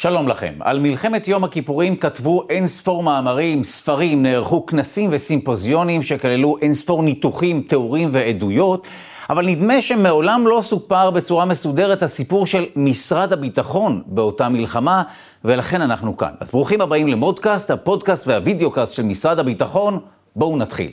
שלום לכם. על מלחמת יום הכיפורים כתבו אין ספור מאמרים, ספרים, נערכו כנסים וסימפוזיונים שכללו אין ספור ניתוחים, תיאורים ועדויות, אבל נדמה שמעולם לא סופר בצורה מסודרת הסיפור של משרד הביטחון באותה מלחמה, ולכן אנחנו כאן. אז ברוכים הבאים למודקאסט, הפודקאסט והווידאוקאסט של משרד הביטחון. בואו נתחיל.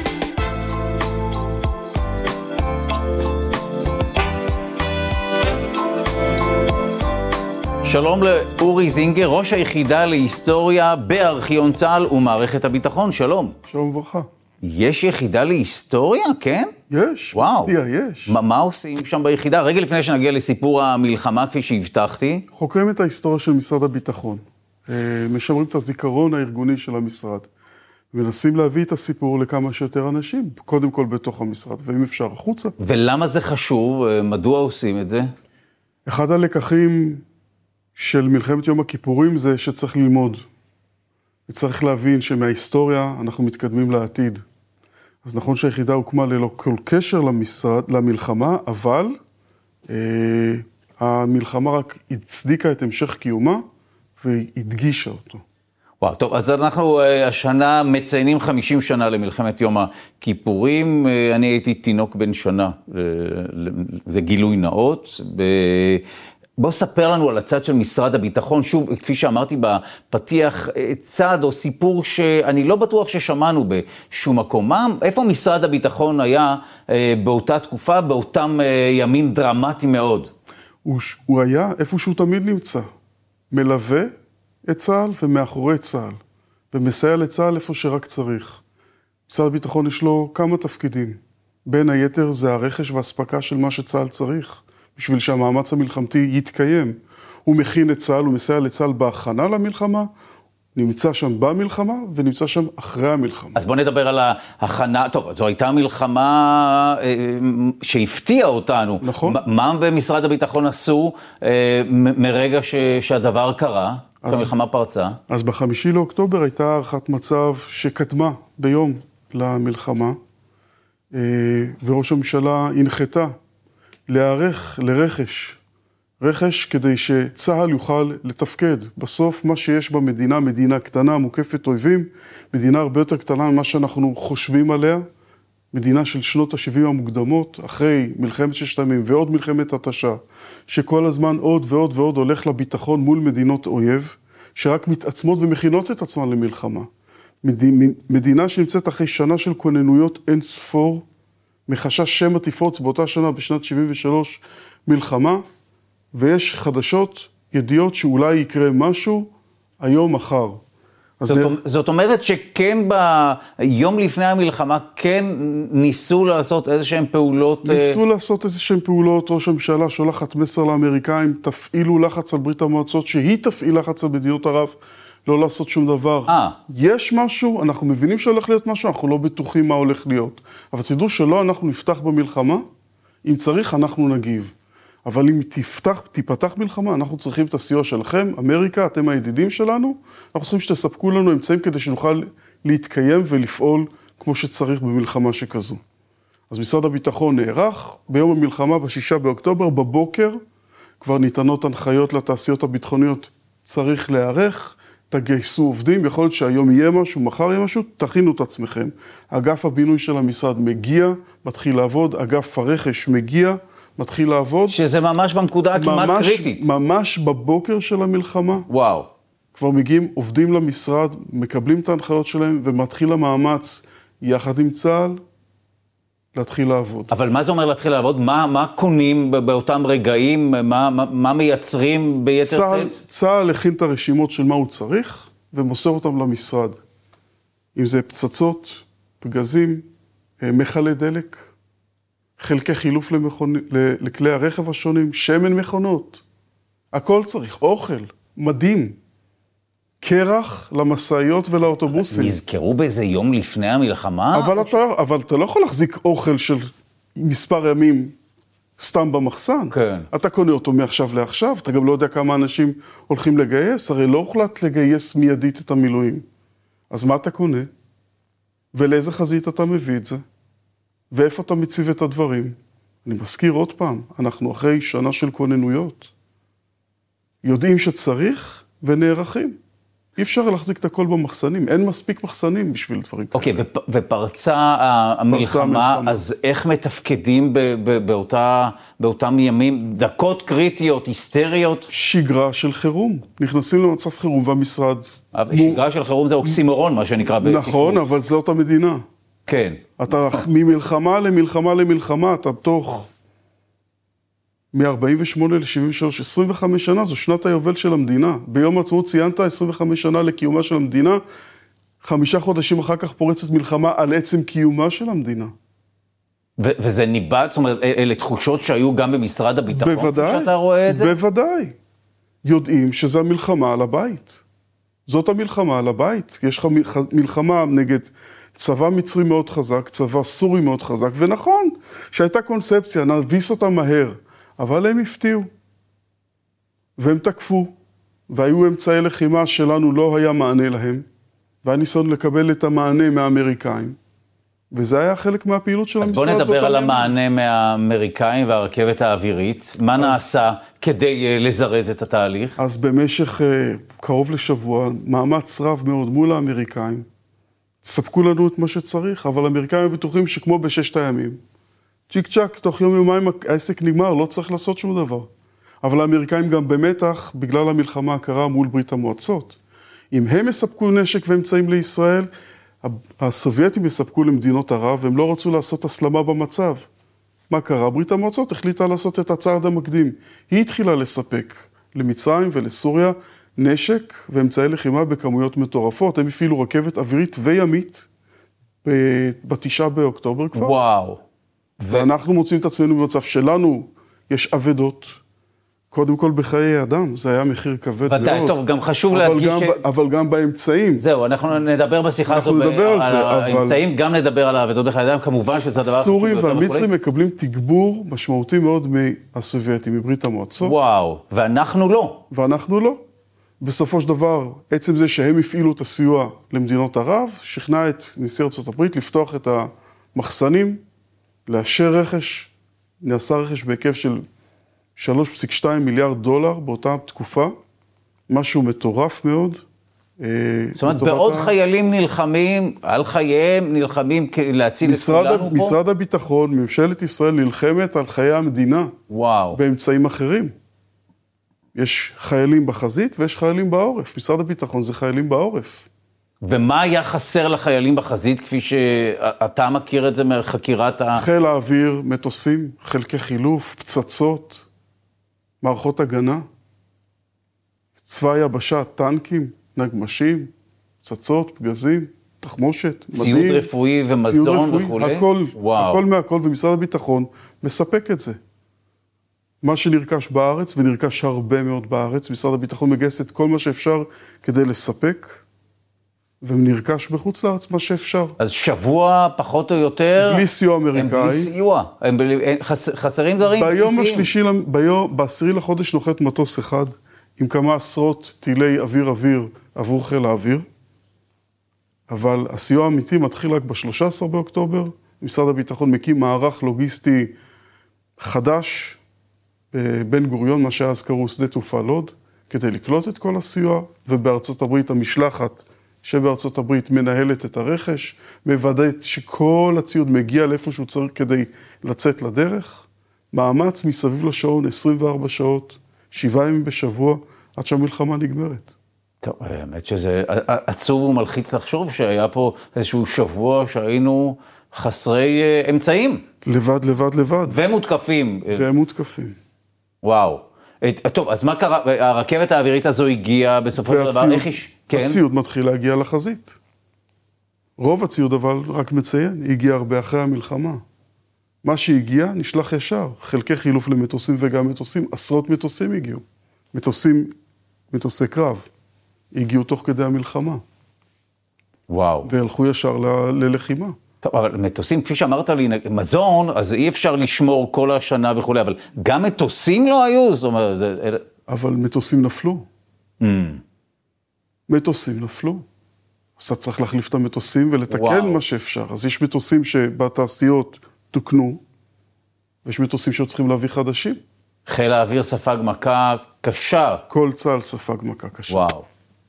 שלום לאורי זינגר, ראש היחידה להיסטוריה בארכיון צה"ל ומערכת הביטחון. שלום. שלום וברכה. יש יחידה להיסטוריה, כן? יש, וואו. מפתיע, יש. מה עושים שם ביחידה? רגע לפני שנגיע לסיפור המלחמה, כפי שהבטחתי. חוקרים את ההיסטוריה של משרד הביטחון. משמרים את הזיכרון הארגוני של המשרד. מנסים להביא את הסיפור לכמה שיותר אנשים, קודם כל בתוך המשרד, ואם אפשר החוצה. ולמה זה חשוב? מדוע עושים את זה? אחד הלקחים של מלחמת יום הכיפורים זה שצריך ללמוד. וצריך להבין שמההיסטוריה אנחנו מתקדמים לעתיד. אז נכון שהיחידה הוקמה ללא כל קשר למלחמה, אבל המלחמה רק הצדיקה את המשך קיומה והדגישה אותו. וואו, טוב, אז אנחנו השנה מציינים 50 שנה למלחמת יום הכיפורים. אני הייתי תינוק בן שנה, זה גילוי נאות. בוא ספר לנו על הצד של משרד הביטחון, שוב, כפי שאמרתי בפתיח, צד או סיפור שאני לא בטוח ששמענו בשום מקום. איפה משרד הביטחון היה באותה תקופה, באותם ימים דרמטיים מאוד? הוא היה איפה שהוא תמיד נמצא, מלווה את צה"ל ומאחורי צה"ל, ומסייע לצה"ל איפה שרק צריך. משרד הביטחון יש לו כמה תפקידים, בין היתר זה הרכש והספקה של מה שצה"ל צריך. בשביל שהמאמץ המלחמתי יתקיים. הוא מכין את צה"ל, הוא מסייע לצה"ל בהכנה למלחמה, נמצא שם במלחמה ונמצא שם אחרי המלחמה. אז בוא נדבר על ההכנה. טוב, זו הייתה מלחמה שהפתיעה אותנו. נכון. מה במשרד הביטחון עשו מרגע שהדבר קרה, שהמלחמה פרצה? אז ב5 לאוקטובר הייתה הערכת מצב שקדמה ביום למלחמה, וראש הממשלה הנחתה להיערך רכש כדי שצה"ל יוכל לתפקד. בסוף מה שיש במדינה, מדינה קטנה, מוקפת אויבים, מדינה הרבה יותר קטנה ממה שאנחנו חושבים עליה, מדינה של שנות ה-70 המוקדמות, אחרי מלחמת ששת הימים ועוד מלחמת התשה, שכל הזמן עוד ועוד ועוד הולך לביטחון מול מדינות אויב, שרק מתעצמות ומכינות את עצמן למלחמה. מדינה שנמצאת אחרי שנה של כוננויות אין ספור, מחשש שמא תפרוץ באותה שנה, בשנת 73, מלחמה, ויש חדשות, ידיעות שאולי יקרה משהו היום מחר. זאת אומרת שכן ביום לפני המלחמה, כן ניסו לעשות איזשהם פעולות? ניסו לעשות איזשהם פעולות, ראש הממשלה שולחת מסר לאמריקאים, תפעילו לחץ על ברית המועצות, שהיא תפעיל לחץ על מדינות ערב, לא לעשות שום דבר. יש משהו, אנחנו מבינים שהולך להיות משהו, אנחנו לא בטוחים מה הולך להיות. אבל תדעו שלא אנחנו נפתח במלחמה, אם צריך אנחנו נגיב. אבל אם תיפתח מלחמה, אנחנו צריכים את הסיוע שלכם, אמריקה, אתם הידידים שלנו, אנחנו צריכים שתספקו לנו אמצעים כדי שנוכל להתקיים ולפעול כמו שצריך במלחמה שכזו. אז משרד הביטחון נערך, ביום המלחמה, ב6 באוקטובר, בבוקר, כבר ניתנות הנחיות לתעשיות הביטחוניות, צריך להיערך, תגייסו עובדים, יכול להיות שהיום יהיה משהו, מחר יהיה משהו, תכינו את עצמכם. אגף הבינוי של המשרד מגיע, מתחיל לעבוד, אגף הרכש מגיע, מתחיל לעבוד. שזה ממש בנקודה כמעט קריטית. ממש בבוקר של המלחמה. וואו. כבר מגיעים עובדים למשרד, מקבלים את ההנחיות שלהם, ומתחיל המאמץ יחד עם צה"ל, להתחיל לעבוד. אבל מה זה אומר להתחיל לעבוד? מה קונים באותם רגעים? מה מייצרים ביתר סט? צה"ל הכין את הרשימות של מה הוא צריך, ומוסר אותם למשרד. אם זה פצצות, פגזים, מכלי דלק, חלקי חילוף לכלי הרכב השונים, שמן מכונות. הכל צריך, אוכל, מדים, קרח למסעיות ולאוטובוסים. נזכרו באיזה יום לפני המלחמה? אבל אתה לא יכול להחזיק אוכל של מספר ימים סתם במחסן. כן. אתה קונה אותו מעכשיו לעכשיו, אתה גם לא יודע כמה אנשים הולכים לגייס, הרי לא הוחלט לגייס מיידית את המילואים. אז מה אתה קונה? ולאיזה חזית אתה מביא את זה? ואיפה אתה מציב את הדברים? אני מזכיר עוד פעם, אנחנו אחרי שנה של כוננויות. יודעים שצריך ונערכים. אי אפשר להחזיק את הכל במחסנים, אין מספיק מחסנים בשביל דברים כאלה. אוקיי, ופרצה המלחמה, אז איך מתפקדים באותם ימים, דקות קריטיות, היסטריות? שגרה של חירום, נכנסים למצב חירום והמשרד... שגרה של חירום זה אוקסימורון, מה שנקרא בספרות. נכון, אבל זאת המדינה. כן. אתה ממלחמה למלחמה למלחמה, אתה בתוך... מ-48 ל-73, 25 שנה, זו שנת היובל של המדינה. ביום העצמאות ציינת 25 שנה לקיומה של המדינה, 5 חודשים אחר כך פורצת מלחמה על עצם קיומה של המדינה. וזה ניבט, זאת אומרת, אלה תחושות שהיו גם במשרד הביטחון, בוודאי, שאתה רואה את זה? בוודאי. יודעים שזה המלחמה על הבית. זאת המלחמה על הבית. יש לך מלחמה נגד צבא מצרי מאוד חזק, צבא סורי מאוד חזק, ונכון שהייתה קונספציה, נביס אותה מהר. אבל הם הפתיעו, והם תקפו, והיו אמצעי לחימה שלנו לא היה מענה להם, והיה ניסיון לקבל את המענה מהאמריקאים, וזה היה חלק מהפעילות של המשרד. אז בוא נדבר על המענה מהאמריקאים והרכבת האווירית. מה נעשה כדי לזרז את התהליך? אז במשך קרוב לשבוע, מאמץ רב מאוד מול האמריקאים, ספקו לנו את מה שצריך, אבל האמריקאים הם בטוחים שכמו בששת הימים, צ'יק צ'ק, תוך יום יומיים העסק נגמר, לא צריך לעשות שום דבר. אבל האמריקאים גם במתח, בגלל המלחמה הקרה מול ברית המועצות. אם הם יספקו נשק ואמצעים לישראל, הסובייטים יספקו למדינות ערב, והם לא רצו לעשות הסלמה במצב. מה קרה? ברית המועצות החליטה לעשות את הצעד המקדים. היא התחילה לספק למצרים ולסוריה נשק ואמצעי לחימה בכמויות מטורפות. הם הפעילו רכבת אווירית וימית ב-9 באוקטובר כבר. וואו. ואנחנו מוצאים את עצמנו במצב שלנו, יש עבדות, קודם כל בחיי אדם, זה היה מחיר כבד מאוד. ודאי, טוב, גם חשוב להדגיש אבל גם באמצעים. זהו, אנחנו נדבר בשיחה הזו על האמצעים, גם נדבר על העבדות בחיי אדם, כמובן שזה הדבר חשוב הסורים והמצרים מקבלים תגבור משמעותי מאוד מהסובייטים, מברית המועצות. וואו, ואנחנו לא. ואנחנו לא. בסופו של דבר, עצם זה שהם הפעילו את הסיוע למדינות ערב, שכנע את נשיא ארצות הברית לפתוח את המחסנים, לאשר רכש, נעשה רכש בהיקף של 3.2 מיליארד דולר באותה תקופה, משהו מטורף מאוד. זאת אומרת, בעוד חיילים נלחמים, על חייהם נלחמים להציל את כולנו פה? משרד הביטחון, ממשלת ישראל נלחמת על חיי המדינה. וואו. באמצעים אחרים. יש חיילים בחזית ויש חיילים בעורף. משרד הביטחון זה חיילים בעורף. ומה היה חסר לחיילים בחזית, כפי שאתה מכיר את זה מחקירת חיל האוויר, מטוסים, חלקי חילוף, פצצות, מערכות הגנה, צבא יבשה, טנקים, נגמשים, פצצות, פגזים, תחמושת, ציוד מדים, רפואי ומזון וכו'. הכל מהכל, ומשרד הביטחון מספק את זה. מה שנרכש בארץ, ונרכש הרבה מאוד בארץ, משרד הביטחון מגייס את כל מה שאפשר כדי לספק, ונרכש בחוץ לארץ מה שאפשר. אז שבוע פחות או יותר... בלי סיוע אמריקאי. הם בלי סיוע. חסרים דברים בסיסיים. ב10 לחודש נוחת מטוס אחד, עם כמה עשרות טילי אוויר עבור חיל האוויר, אבל הסיוע האמיתי מתחיל רק ב-13 באוקטובר. משרד הביטחון מקים מערך לוגיסטי חדש, בבן גוריון, מה שאז קראו שדה תעופה לוד, כדי לקלוט את כל הסיוע, ובארצות הברית המשלחת שבארצות הברית מנהלת את הרכש, מוודאת שכל הציוד מגיע לאיפה שהוא צריך כדי לצאת לדרך, מאמץ מסביב לשעון 24 שעות, 7 ימים בשבוע, עד שהמלחמה נגמרת. טוב, האמת שזה עצוב ומלחיץ לחשוב שהיה פה איזשהו שבוע שהיינו חסרי אמצעים. לבד. ומותקפים. וואו. טוב, אז מה קרה? הרכבת האווירית הזו הגיעה בסופו של דבר, איך איש? הציוד מתחיל להגיע לחזית. רוב הציוד אבל, רק מציין, הגיע הרבה אחרי המלחמה. מה שהגיע נשלח ישר. חלקי חילוף למטוסים וגם מטוסים, עשרות מטוסים הגיעו. מטוסי קרב, הגיעו תוך כדי המלחמה. וואו. והלכו ישר ללחימה. טוב, אבל מטוסים, כפי שאמרת לי, מזון, אז אי אפשר לשמור כל השנה וכו', אבל גם מטוסים לא היו, זאת אומרת... אבל מטוסים נפלו. מטוסים נפלו. אז אתה צריך להחליף את המטוסים ולתקן מה שאפשר. אז יש מטוסים שבתעשיות תוקנו, ויש מטוסים שצריכים להביא חדשים. חיל האוויר ספג מכה קשה. כל צה"ל ספג מכה קשה. וואו.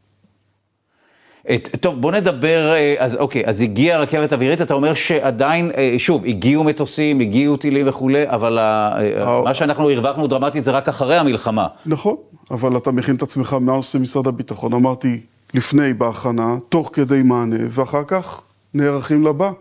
טוב, בוא נדבר, אז אוקיי, אז הגיעה רכבת אווירית, אתה אומר שעדיין, שוב, הגיעו מטוסים, הגיעו טילים וכולי, אבל מה שאנחנו הרווחנו דרמטית זה רק אחרי המלחמה. נכון, אבל אתה מכין את עצמך, מה עושה משרד הביטחון? אמרתי, לפני, בהכנה, תוך כדי מענה, ואחר כך נערכים לבא.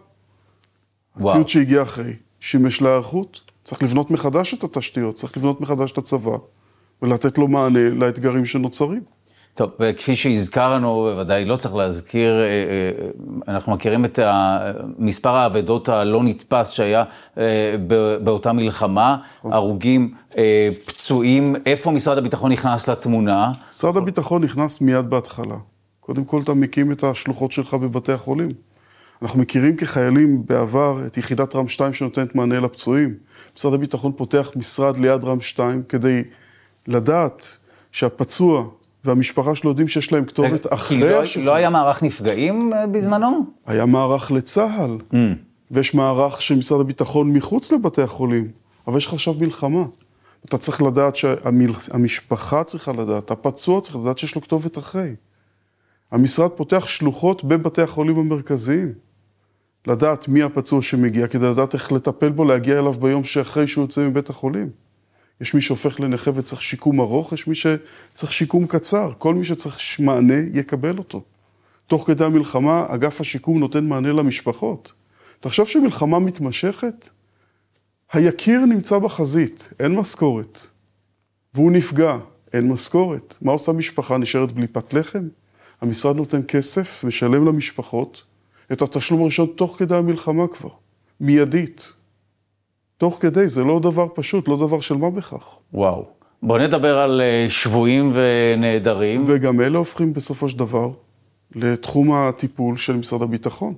הציוד שהגיע אחרי, שימש להיערכות, צריך לבנות מחדש את התשתיות, צריך לבנות מחדש את הצבא, ולתת לו מענה לאתגרים שנוצרים. טוב, וכפי שהזכרנו, בוודאי לא צריך להזכיר, אנחנו מכירים את מספר העבדות הלא נתפס שהיה באותה מלחמה, הרוגים, פצועים, איפה משרד הביטחון נכנס לתמונה? משרד הביטחון נכנס מיד בהתחלה. קודם כל אתה מקים את השלוחות שלך בבתי החולים. אנחנו מכירים כחיילים בעבר את יחידת רם 2 שנותנת מענה לפצועים. משרד הביטחון פותח משרד ליד רם 2 כדי לדעת שהפצוע והמשפחה שלו יודעים שיש להם כתובת אחרי השחרור. לא היה מערך נפגעים בזמנו? היה מערך לצה"ל, ויש מערך של משרד הביטחון מחוץ לבתי החולים, אבל יש לך עכשיו מלחמה. אתה צריך לדעת שהמשפחה צריכה לדעת, הפצוע צריך לדעת שיש לו כתובת אחרי. המשרד פותח שלוחות בבתי החולים המרכזיים, לדעת מי הפצוע שמגיע, כדי לדעת איך לטפל בו, להגיע אליו ביום שאחרי שהוא יוצא מבית החולים. יש מי שהופך לנכה וצריך שיקום ארוך, יש מי שצריך שיקום קצר. כל מי שצריך מענה יקבל אותו. תוך כדי המלחמה, אגף השיקום נותן מענה למשפחות. תחשוב שמלחמה מתמשכת, היקיר נמצא בחזית, אין משכורת. והוא נפגע, אין משכורת. מה עושה משפחה? נשארת בלי פת לחם? המשרד נותן כסף ושלם למשפחות את התשלום הראשון תוך כדי המלחמה כבר, מיידית. תוך כדי, זה לא דבר פשוט, לא דבר של מה בכך. וואו. בוא נדבר על שבויים ונעדרים. וגם אלה הופכים בסופו של דבר לתחום הטיפול של משרד הביטחון.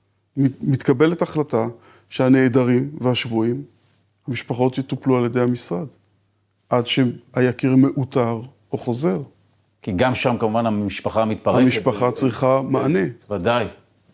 מתקבלת החלטה שהנעדרים והשבויים, המשפחות יטופלו על ידי המשרד, עד שהיקיר מאותר או חוזר. כי גם שם כמובן המשפחה מתפרקת. המשפחה צריכה מענה. ודאי.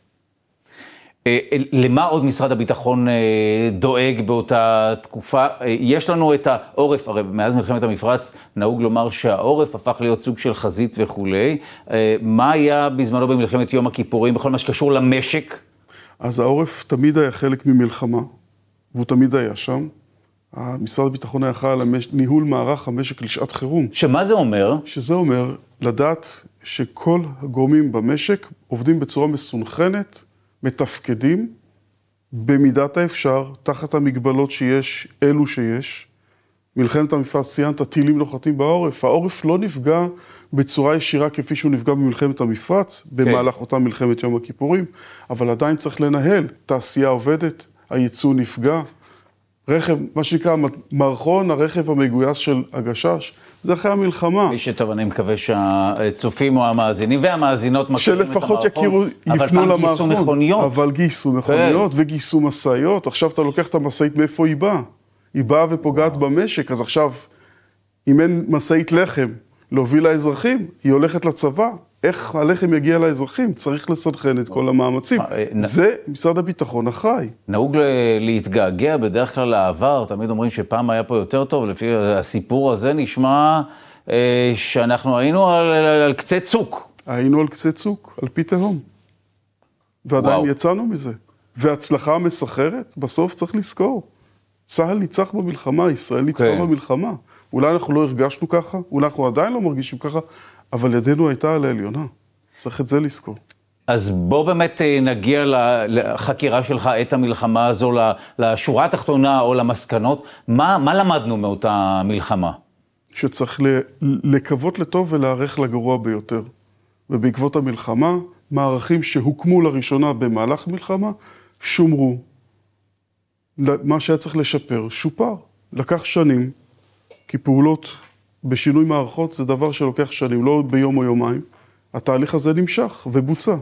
למה עוד משרד הביטחון דואג באותה תקופה? יש לנו את העורף, הרי מאז מלחמת המפרץ נהוג לומר שהעורף הפך להיות סוג של חזית וכולי. מה היה בזמנו במלחמת יום הכיפורים בכל מה שקשור למשק? אז העורף תמיד היה חלק ממלחמה, והוא תמיד היה שם. משרד הביטחון היה אחראי על ניהול מערך המשק לשעת חירום. שמה זה אומר? שזה אומר לדעת שכל הגורמים במשק עובדים בצורה מסונכרנת, מתפקדים במידת האפשר, תחת המגבלות שיש, אלו שיש. מלחמת המפרץ ציינת, טילים נוחתים בעורף. העורף לא נפגע בצורה ישירה כפי שהוא נפגע במלחמת המפרץ, במהלך אותה מלחמת יום הכיפורים, אבל עדיין צריך לנהל. תעשייה עובדת, הייצוא נפגע. רכב, מה שנקרא, מערכון הרכב המגויס של הגשש, זה אחרי המלחמה. מי שטוב, אני מקווה שהצופים או המאזינים והמאזינות מכירים את המערכון. שלפחות יכירו, יפנו למערכון. אבל פעם גייסו מכוניות. אבל גייסו מכוניות וגייסו מסעיות. עכשיו אתה לוקח את המסעית מאיפה היא באה. היא באה ופוגעת במשק, אז עכשיו, אם אין מסעית לחם להוביל לאזרחים, היא הולכת לצבא. איך הלחם יגיע לאזרחים? צריך לסנכרן את כל המאמצים. זה משרד הביטחון אחראי. נהוג להתגעגע בדרך כלל לעבר, תמיד אומרים שפעם היה פה יותר טוב, לפי הסיפור הזה נשמע שאנחנו היינו על קצה צוק. היינו על קצה צוק, על פי תהום. ועדיין יצאנו מזה. והצלחה מסחררת, בסוף צריך לזכור. צה"ל ניצח במלחמה, ישראל ניצחה במלחמה. אולי אנחנו לא הרגשנו ככה, אולי אנחנו עדיין לא מרגישים ככה, אבל ידינו הייתה על העליונה. צריך את זה לזכור. אז בוא באמת נגיע לחקירה שלך את המלחמה הזו, לשורה התחתונה או למסקנות. מה למדנו מאותה מלחמה? שצריך לקוות לטוב ולהערך לגרוע ביותר. ובעקבות המלחמה, מערכים שהוקמו לראשונה במהלך המלחמה, שומרו. מה שהיה צריך לשפר, שופר. לקח שנים, כי פעולות בשינוי מערכות זה דבר שלוקח שנים, לא ביום או יומיים. התהליך הזה נמשך ובוצע.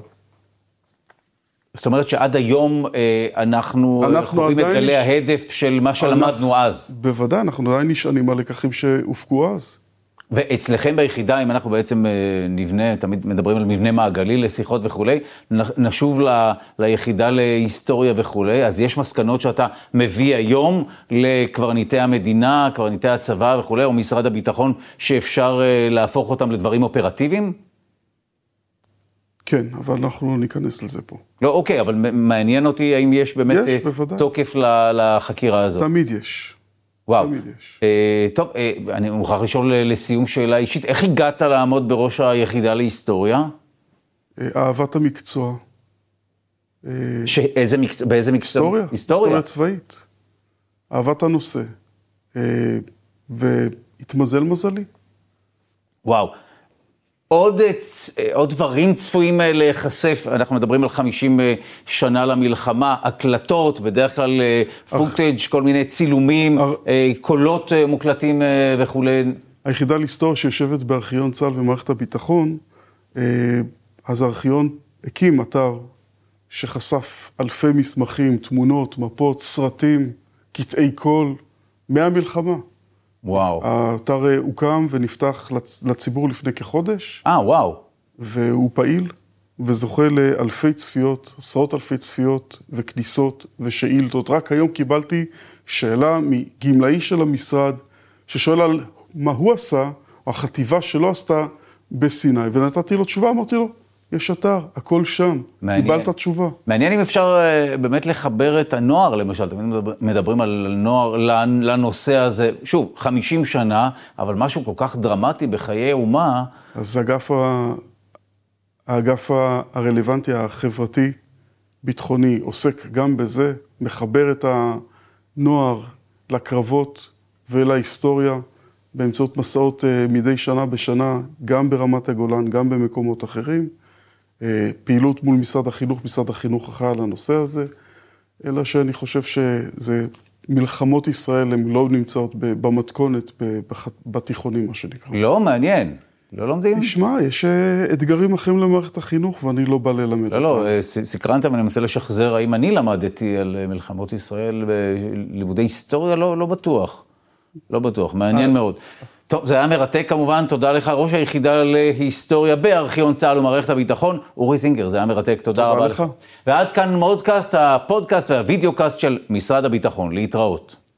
זאת אומרת שעד היום אנחנו חווים את גלי ההדף של מה שלמדנו אז. בוודאי, אנחנו עדיין נשענים על לקחים שהופקו אז. ואצלכם ביחידה, אם אנחנו בעצם נבנה, תמיד מדברים על מבנה מעגלי לשיחות וכולי, נשוב ליחידה להיסטוריה וכולי, אז יש מסקנות שאתה מביא היום לקברניטי המדינה, קברניטי הצבא וכולי, או משרד הביטחון, שאפשר להפוך אותם לדברים אופרטיביים? כן, אבל אנחנו ניכנס לזה פה. לא, אוקיי, אבל מעניין אותי האם יש באמת תוקף לחקירה הזאת. תמיד יש. וואו. טוב, אני מוכרח לשאול לסיום שאלה אישית, איך הגעת לעמוד בראש היחידה להיסטוריה? אהבת המקצוע. באיזה מקצוע? היסטוריה צבאית. אהבת הנושא. והתמזל מזלי. וואו. עוד דברים צפויים להיחשף, אנחנו מדברים על 50 שנה למלחמה, הקלטות, בדרך כלל פוטאג', כל מיני צילומים, קולות מוקלטים וכו'. היחידה להיסטוריה שיושבת בארכיון צה"ל ומערכת הביטחון, אז הארכיון הקים אתר שחשף אלפי מסמכים, תמונות, מפות, סרטים, קטעי קול, מהמלחמה. וואו. האתר הוקם ונפתח לציבור לפני כחודש. וואו. והוא פעיל וזוכה לאלפי צפיות, עשרות אלפי צפיות וכניסות ושאילתות. רק היום קיבלתי שאלה מגמלאי של המשרד, ששואל על מה הוא עשה, או החטיבה שלו עשתה בסיני, ונתתי לו תשובה, אמרתי לו, יש אתר, הכל שם, קיבלת תשובה. מעניין אם אפשר באמת לחבר את הנוער, למשל, תמיד מדברים על נוער לנושא הזה, שוב, 50 שנה, אבל משהו כל כך דרמטי בחיי אומה. אז האגף הרלוונטי החברתי, ביטחוני, עוסק גם בזה, מחבר את הנוער לקרבות ולהיסטוריה, באמצעות מסעות מדי שנה בשנה, גם ברמת הגולן, גם במקומות אחרים. פעילות מול משרד החינוך אחראי על הנושא הזה, אלא שאני חושב שזה מלחמות ישראל, הן לא נמצאות במתכונת, בתיכונים, מה שנקרא. לא, מעניין. לא לומדים? תשמע, יש אתגרים אחרים למערכת החינוך, ואני לא בא ללמד. לא, סקרנת, ואני מנסה לשחזר, האם אני למדתי על מלחמות ישראל בלימודי היסטוריה? לא בטוח. לא בטוח, מעניין מאוד. טוב, זה היה מרתק כמובן, תודה לך, ראש היחידה להיסטוריה בארכיון צה"ל ומערכת הביטחון, אורי זינגר, זה היה מרתק, תודה רבה לך. ועד כאן מודקאסט, הפודקאסט והווידאו קאסט של משרד הביטחון, להתראות.